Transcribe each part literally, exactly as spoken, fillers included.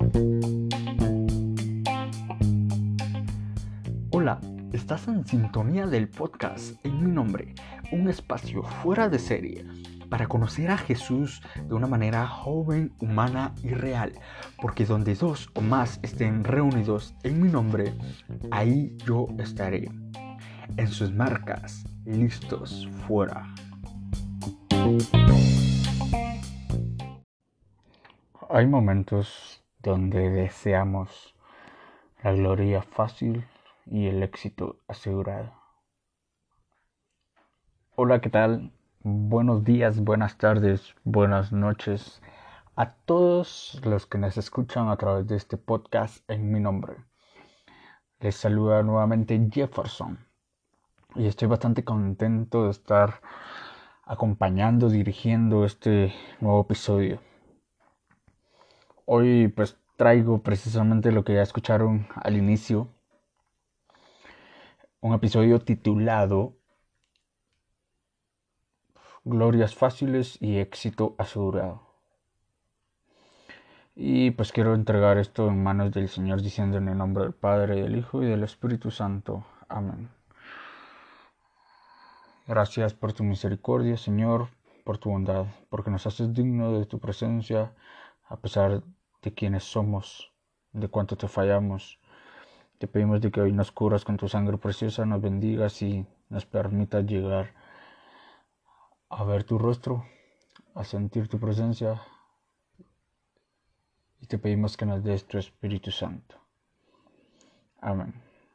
Hola, estás en sintonía del podcast En mi nombre, un espacio fuera de serie para conocer a Jesús de una manera joven, humana y real, porque donde dos o más estén reunidos en mi nombre, ahí yo estaré. En sus marcas, listos, fuera. Hay momentos donde deseamos la gloria fácil y el éxito asegurado. Hola, ¿qué tal? Buenos días, buenas tardes, buenas noches a todos los que nos escuchan a través de este podcast en mi nombre. Les saluda nuevamente Jefferson y estoy bastante contento de estar acompañando, dirigiendo este nuevo episodio. Hoy pues traigo precisamente lo que ya escucharon al inicio, un episodio titulado Glorias fáciles y éxito asegurado. Y pues quiero entregar esto en manos del Señor diciendo en el nombre del Padre, del Hijo y del Espíritu Santo. Amén. Gracias por tu misericordia, Señor, por tu bondad, porque nos haces digno de tu presencia, a pesar de quienes somos, de cuánto te fallamos. Te pedimos de que hoy nos cubras con tu sangre preciosa, nos bendigas y nos permitas llegar a ver tu rostro, a sentir tu presencia, y te pedimos que nos des tu Espíritu Santo. Amén.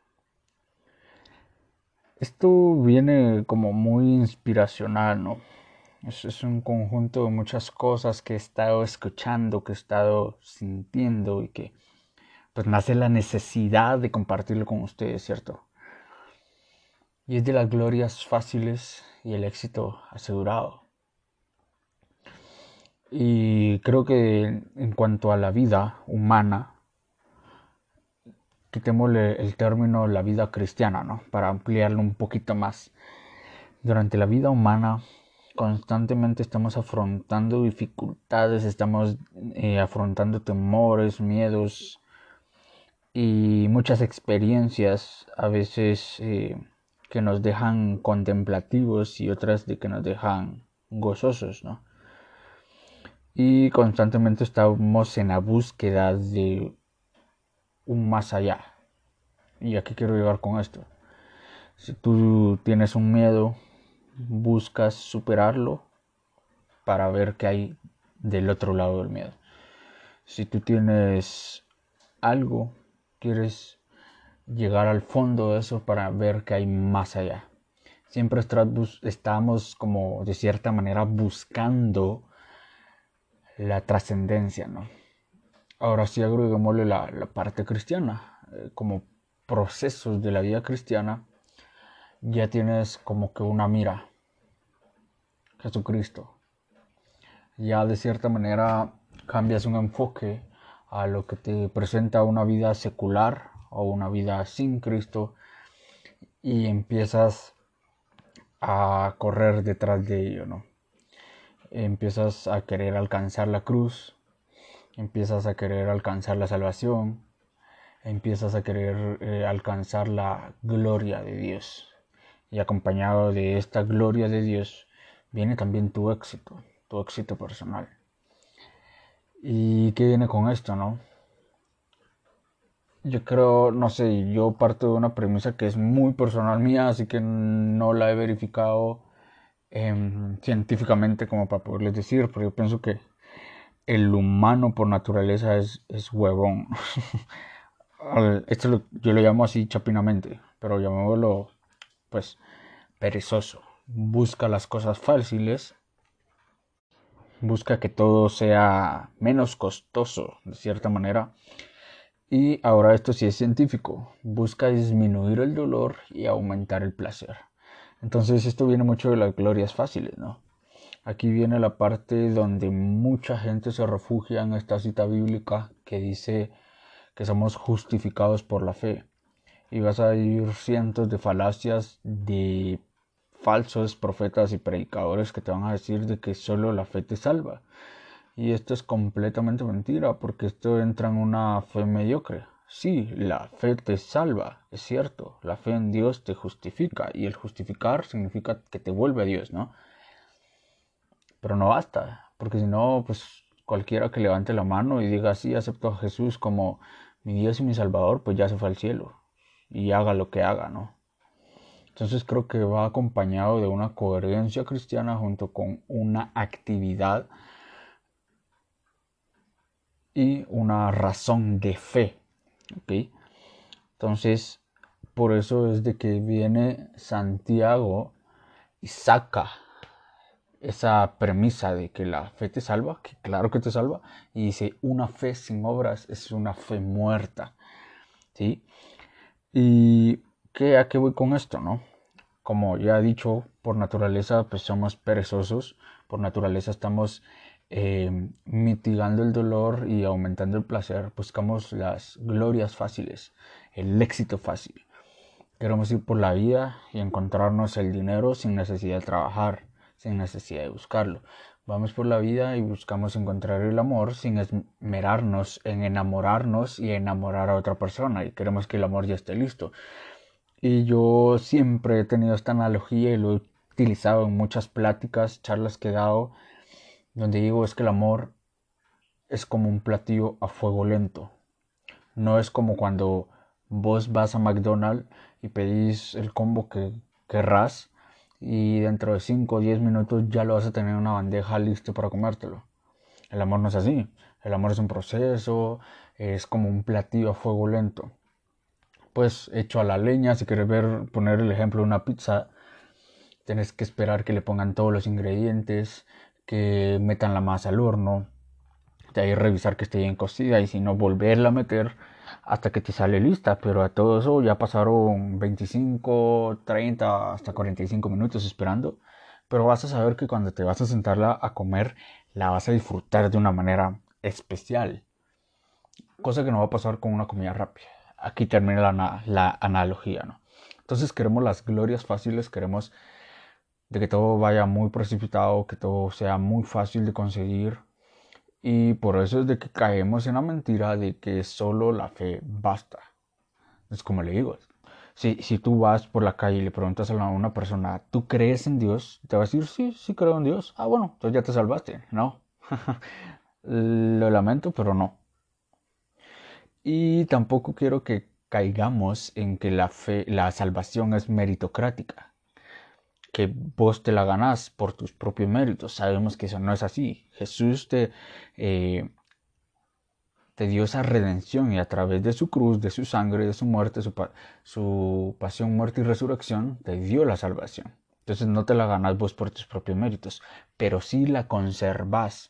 Esto viene como muy inspiracional, ¿no? Es, es un conjunto de muchas cosas que he estado escuchando, que he estado sintiendo y que pues nace la necesidad de compartirlo con ustedes, ¿cierto? Y es de las glorias fáciles y el éxito asegurado. Y creo que en cuanto a la vida humana, quitémosle el término la vida cristiana, ¿no? Para ampliarlo un poquito más. Durante la vida humana constantemente estamos afrontando dificultades, estamos eh, afrontando temores, miedos y muchas experiencias, a veces eh, que nos dejan contemplativos y otras de que nos dejan gozosos, ¿no? Y constantemente estamos en la búsqueda de un más allá. ¿Y a qué quiero llegar con esto? Si tú tienes un miedo, buscas superarlo para ver qué hay del otro lado del miedo. Si tú tienes algo, quieres llegar al fondo de eso para ver qué hay más allá. Siempre estamos como de cierta manera buscando la trascendencia, ¿no? Ahora sí agreguémosle la, la parte cristiana, eh, como procesos de la vida cristiana, ya tienes como que una mira, Jesucristo. Ya de cierta manera cambias un enfoque a lo que te presenta una vida secular o una vida sin Cristo y empiezas a correr detrás de ello, ¿no? Empiezas a querer alcanzar la cruz, empiezas a querer alcanzar la salvación, empiezas a querer eh, alcanzar la gloria de Dios. Y acompañado de esta gloria de Dios viene también tu éxito, tu éxito personal. ¿Y qué viene con esto, no? Yo creo, no sé, yo parto de una premisa que es muy personal mía, así que no la he verificado eh, científicamente como para poderles decir, pero yo pienso que el humano por naturaleza es, es huevón. Esto lo, yo lo llamo así chapinamente, pero llamémoslo pues perezoso. Busca las cosas fáciles, busca que todo sea menos costoso de cierta manera. Y ahora esto sí es científico, busca disminuir el dolor y aumentar el placer. Entonces esto viene mucho de las glorias fáciles, ¿no? Aquí viene la parte donde mucha gente se refugia en esta cita bíblica que dice que somos justificados por la fe. Y vas a ir cientos de falacias de falsos profetas y predicadores que te van a decir de que solo la fe te salva. Y esto es completamente mentira, porque esto entra en una fe mediocre. Sí, la fe te salva, es cierto, la fe en Dios te justifica, y el justificar significa que te vuelve a Dios, ¿no? Pero no basta, porque si no, pues cualquiera que levante la mano y diga sí, acepto a Jesús como mi Dios y mi Salvador, pues ya se fue al cielo y haga lo que haga, ¿no? Entonces creo que va acompañado de una coherencia cristiana junto con una actividad y una razón de fe, ¿ok? Entonces, por eso es de que viene Santiago y saca esa premisa de que la fe te salva, que claro que te salva, y dice, una fe sin obras es una fe muerta, ¿sí? ¿Y qué, a qué voy con esto, no? Como ya he dicho, por naturaleza pues somos perezosos, por naturaleza estamos eh, mitigando el dolor y aumentando el placer, buscamos las glorias fáciles, el éxito fácil. Queremos ir por la vida y encontrarnos el dinero sin necesidad de trabajar, sin necesidad de buscarlo. Vamos por la vida y buscamos encontrar el amor sin esmerarnos en enamorarnos y enamorar a otra persona. Y queremos que el amor ya esté listo. Y yo siempre he tenido esta analogía y lo he utilizado en muchas pláticas, charlas que he dado, donde digo es que el amor es como un platillo a fuego lento. No es como cuando vos vas a McDonald's y pedís el combo que querrás y dentro de cinco o diez minutos ya lo vas a tener en una bandeja listo para comértelo. El amor no es así. El amor es un proceso, es como un platillo a fuego lento. Pues hecho a la leña, si quieres ver, poner el ejemplo de una pizza, tienes que esperar que le pongan todos los ingredientes, que metan la masa al horno, de ahí revisar que esté bien cocida y si no volverla a meter hasta que te sale lista. Pero a todo eso ya pasaron veinticinco, treinta, hasta cuarenta y cinco minutos esperando. Pero vas a saber que cuando te vas a sentarla a comer la vas a disfrutar de una manera especial. Cosa que no va a pasar con una comida rápida. Aquí termina la, la analogía, ¿no? Entonces queremos las glorias fáciles, queremos de que todo vaya muy precipitado, que todo sea muy fácil de conseguir. Y por eso es de que caemos en la mentira de que solo la fe basta. Es como le digo, si, si tú vas por la calle y le preguntas a una persona, ¿tú crees en Dios? Te va a decir, sí, sí creo en Dios. Ah, bueno, entonces ya te salvaste. No. Lo lamento, pero no. Y tampoco quiero que caigamos en que la fe, la salvación es meritocrática, que vos te la ganás por tus propios méritos. Sabemos que eso no es así. Jesús te, eh, te dio esa redención y a través de su cruz, de su sangre, de su muerte, su, pa su pasión, muerte y resurrección, te dio la salvación. Entonces no te la ganás vos por tus propios méritos, pero sí la conservás.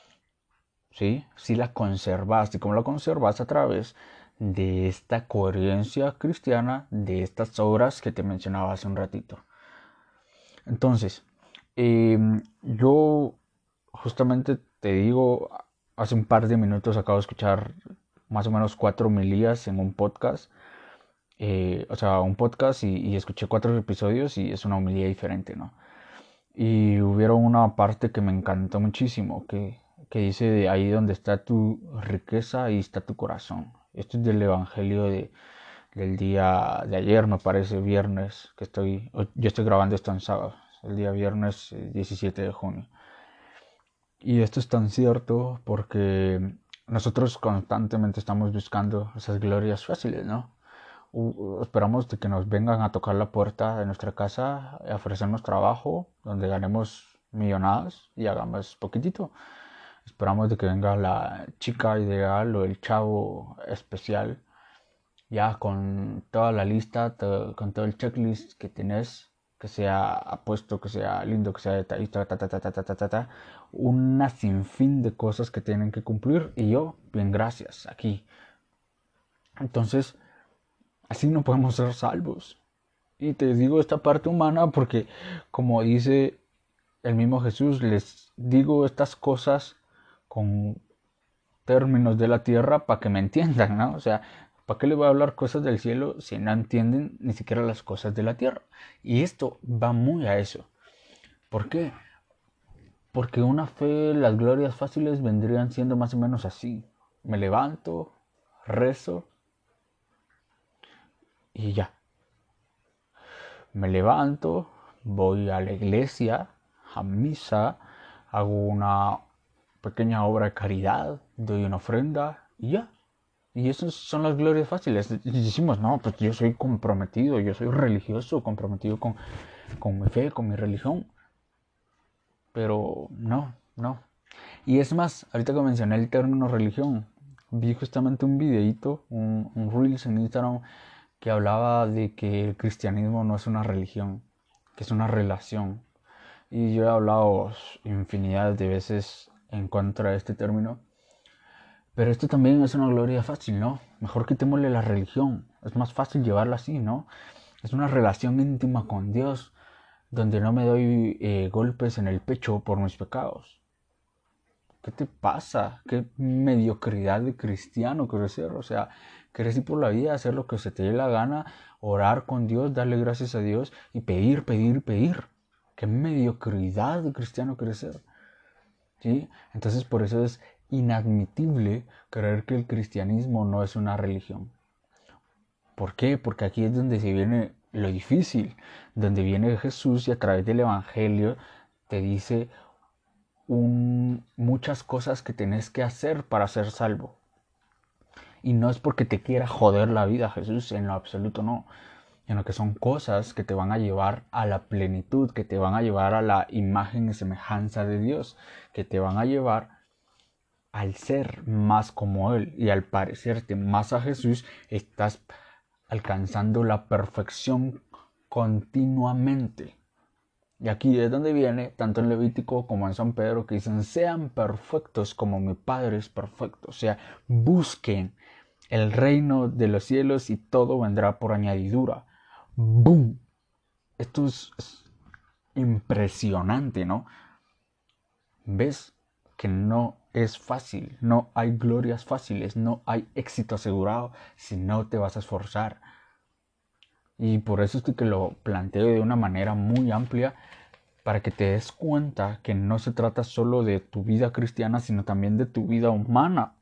¿Sí? Sí la conservas. ¿Y cómo la conservas? A través de esta coherencia cristiana, de estas obras que te mencionaba hace un ratito. Entonces, eh, yo justamente te digo, hace un par de minutos acabo de escuchar más o menos cuatro homilías en un podcast. Eh, o sea, un podcast y, y escuché cuatro episodios y es una homilía diferente, ¿no? Y hubieron una parte que me encantó muchísimo, que, que dice de ahí donde está tu riqueza, ahí está tu corazón. Esto es del Evangelio de, del día de ayer, me parece, viernes, que estoy, yo estoy grabando esto en sábado, el día viernes eh, diecisiete de junio. Y esto es tan cierto porque nosotros constantemente estamos buscando esas glorias fáciles, ¿no? Uh, esperamos de que nos vengan a tocar la puerta de nuestra casa, a ofrecernos trabajo, donde ganemos millonadas y hagamos poquitito. Esperamos de que venga la chica ideal o el chavo especial, ya con toda la lista, to- con todo el checklist que tenés, que sea apuesto, que sea lindo, que sea detallista, ta, ta, ta, ta, ta, ta, ta, ta, una sinfín de cosas que tienen que cumplir y yo, bien, gracias, aquí. Entonces, así no podemos ser salvos. Y te digo esta parte humana porque, como dice el mismo Jesús, les digo estas cosas con términos de la tierra para que me entiendan, ¿no? O sea, ¿para qué les voy a hablar cosas del cielo si no entienden ni siquiera las cosas de la tierra? Y esto va muy a eso. ¿Por qué? Porque una fe, las glorias fáciles vendrían siendo más o menos así. Me levanto, rezo y ya. Me levanto, voy a la iglesia, a misa, hago una pequeña obra de caridad, doy una ofrenda y ya. Y esas son las glorias fáciles. Y decimos, no, pues yo soy comprometido, yo soy religioso, comprometido con, con mi fe, con mi religión. Pero no, no. Y es más, ahorita que mencioné el término religión, vi justamente un videíto, un, un Reels en Instagram que hablaba de que el cristianismo no es una religión, que es una relación. Y yo he hablado infinidad de veces en contra de este término. Pero esto también es una gloria fácil, ¿no? Mejor quitémosle la religión. Es más fácil llevarla así, ¿no? Es una relación íntima con Dios, donde no me doy eh, golpes en el pecho por mis pecados. ¿Qué te pasa? ¿Qué mediocridad de cristiano quieres ser? O sea, quieres ir por la vida, hacer lo que se te dé la gana, orar con Dios, darle gracias a Dios y pedir, pedir, pedir. ¿Qué mediocridad de cristiano quieres ser? ¿Sí? Entonces por eso es inadmitible creer que el cristianismo no es una religión. ¿Por qué? Porque aquí es donde se viene lo difícil, donde viene Jesús y a través del Evangelio te dice un, muchas cosas que tenés que hacer para ser salvo. Y no es porque te quiera joder la vida Jesús, en lo absoluto no, sino que son cosas que te van a llevar a la plenitud, que te van a llevar a la imagen y semejanza de Dios, que te van a llevar al ser más como Él y al parecerte más a Jesús, estás alcanzando la perfección continuamente. Y aquí es donde viene, tanto en Levítico como en San Pedro, que dicen, sean perfectos como mi Padre es perfecto. O sea, busquen el reino de los cielos y todo vendrá por añadidura. ¡Boom! Esto es, es impresionante, ¿no? ¿Ves? Que no es fácil, no hay glorias fáciles, no hay éxito asegurado si no te vas a esforzar. Y por eso es que lo planteo de una manera muy amplia para que te des cuenta que no se trata solo de tu vida cristiana, sino también de tu vida humana.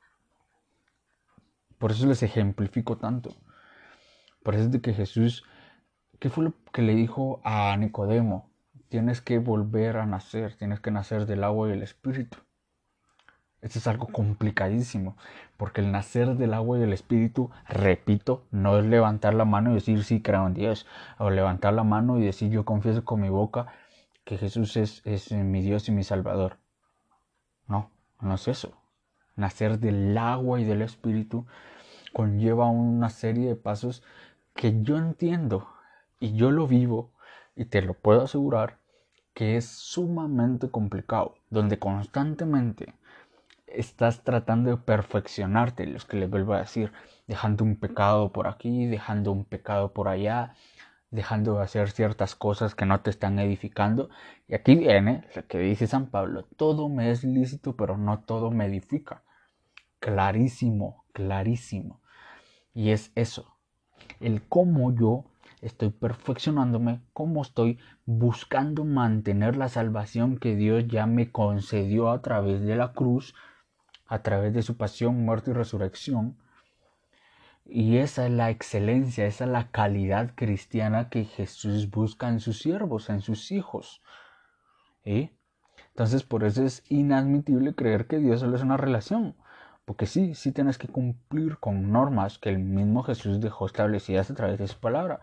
Por eso les ejemplifico tanto. Por eso es de que Jesús, ¿qué fue lo que le dijo a Nicodemo? Tienes que volver a nacer, tienes que nacer del agua y del espíritu. Esto es algo complicadísimo, porque el nacer del agua y del espíritu, repito, no es levantar la mano y decir sí creo en Dios, o levantar la mano y decir yo confieso con mi boca que Jesús es, es mi Dios y mi Salvador. No, no es eso. Nacer del agua y del espíritu conlleva una serie de pasos que yo entiendo y yo lo vivo y te lo puedo asegurar que es sumamente complicado, donde constantemente estás tratando de perfeccionarte, los que les vuelvo a decir, dejando un pecado por aquí, dejando un pecado por allá, dejando de hacer ciertas cosas que no te están edificando. Y aquí viene lo que dice San Pablo, todo me es lícito, pero no todo me edifica. Clarísimo, clarísimo. Y es eso, el cómo yo estoy perfeccionándome, cómo estoy buscando mantener la salvación que Dios ya me concedió a través de la cruz, a través de su pasión, muerte y resurrección. Y esa es la excelencia, esa es la calidad cristiana que Jesús busca en sus siervos, en sus hijos. ¿Sí? Entonces por eso es inadmitible creer que Dios solo es una relación. Porque sí, sí tienes que cumplir con normas que el mismo Jesús dejó establecidas a través de su palabra.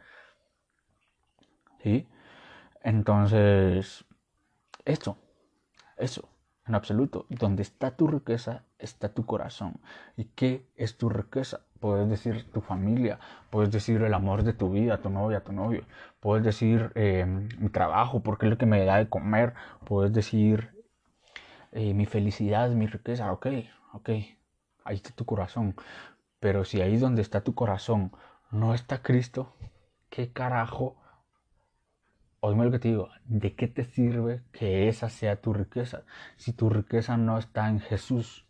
¿Sí? Entonces, esto, eso, en absoluto. Donde está tu riqueza, está tu corazón. ¿Y qué es tu riqueza? Puedes decir tu familia, puedes decir el amor de tu vida, tu novia, tu novio. Puedes decir eh, mi trabajo, porque es lo que me da de comer. Puedes decir eh, mi felicidad, mi riqueza. Ok, ok, ahí está tu corazón. Pero si ahí donde está tu corazón no está Cristo, ¿qué carajo? Oíme lo que te digo, ¿de qué te sirve que esa sea tu riqueza? Si tu riqueza no está en Jesús.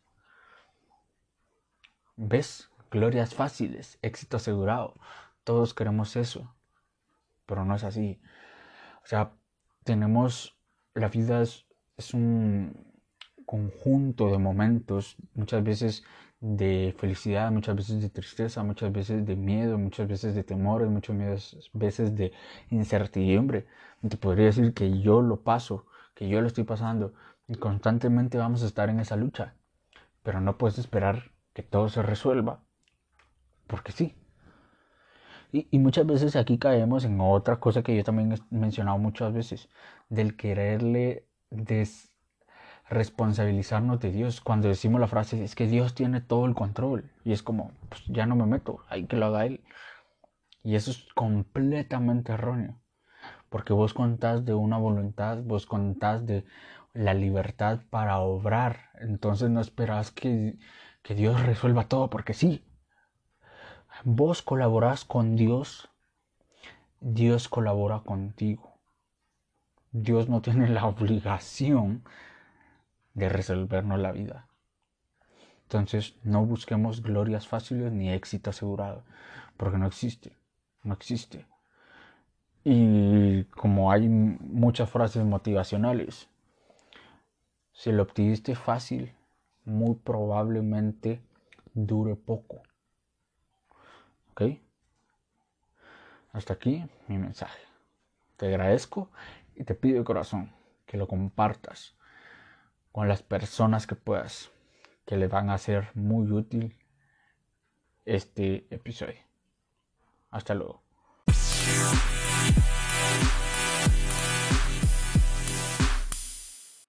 ¿Ves? Glorias fáciles, éxito asegurado. Todos queremos eso, pero no es así. O sea, tenemos, la vida es es un conjunto de momentos, muchas veces de felicidad, muchas veces de tristeza, muchas veces de miedo, muchas veces de temores, muchas veces de incertidumbre. Te podría decir que yo lo paso, que yo lo estoy pasando y constantemente vamos a estar en esa lucha, pero no puedes esperar que todo se resuelva, porque sí. Y, y muchas veces aquí caemos en otra cosa que yo también he mencionado muchas veces, del quererle desresponsabilizarnos de Dios. Cuando decimos la frase, es que Dios tiene todo el control. Y es como, pues ya no me meto, hay que lo haga Él. Y eso es completamente erróneo. Porque vos contás de una voluntad, vos contás de la libertad para obrar. Entonces no esperás que, que Dios resuelva todo, porque sí. Vos colaborás con Dios, Dios colabora contigo. Dios no tiene la obligación de resolvernos la vida. Entonces no busquemos glorias fáciles ni éxito asegurado, porque no existe, no existe. Y como hay muchas frases motivacionales, si lo obtuviste fácil, muy probablemente dure poco. ¿Ok? Hasta aquí mi mensaje. Te agradezco y te pido de corazón que lo compartas con las personas que puedas, que le van a ser muy útil este episodio. Hasta luego.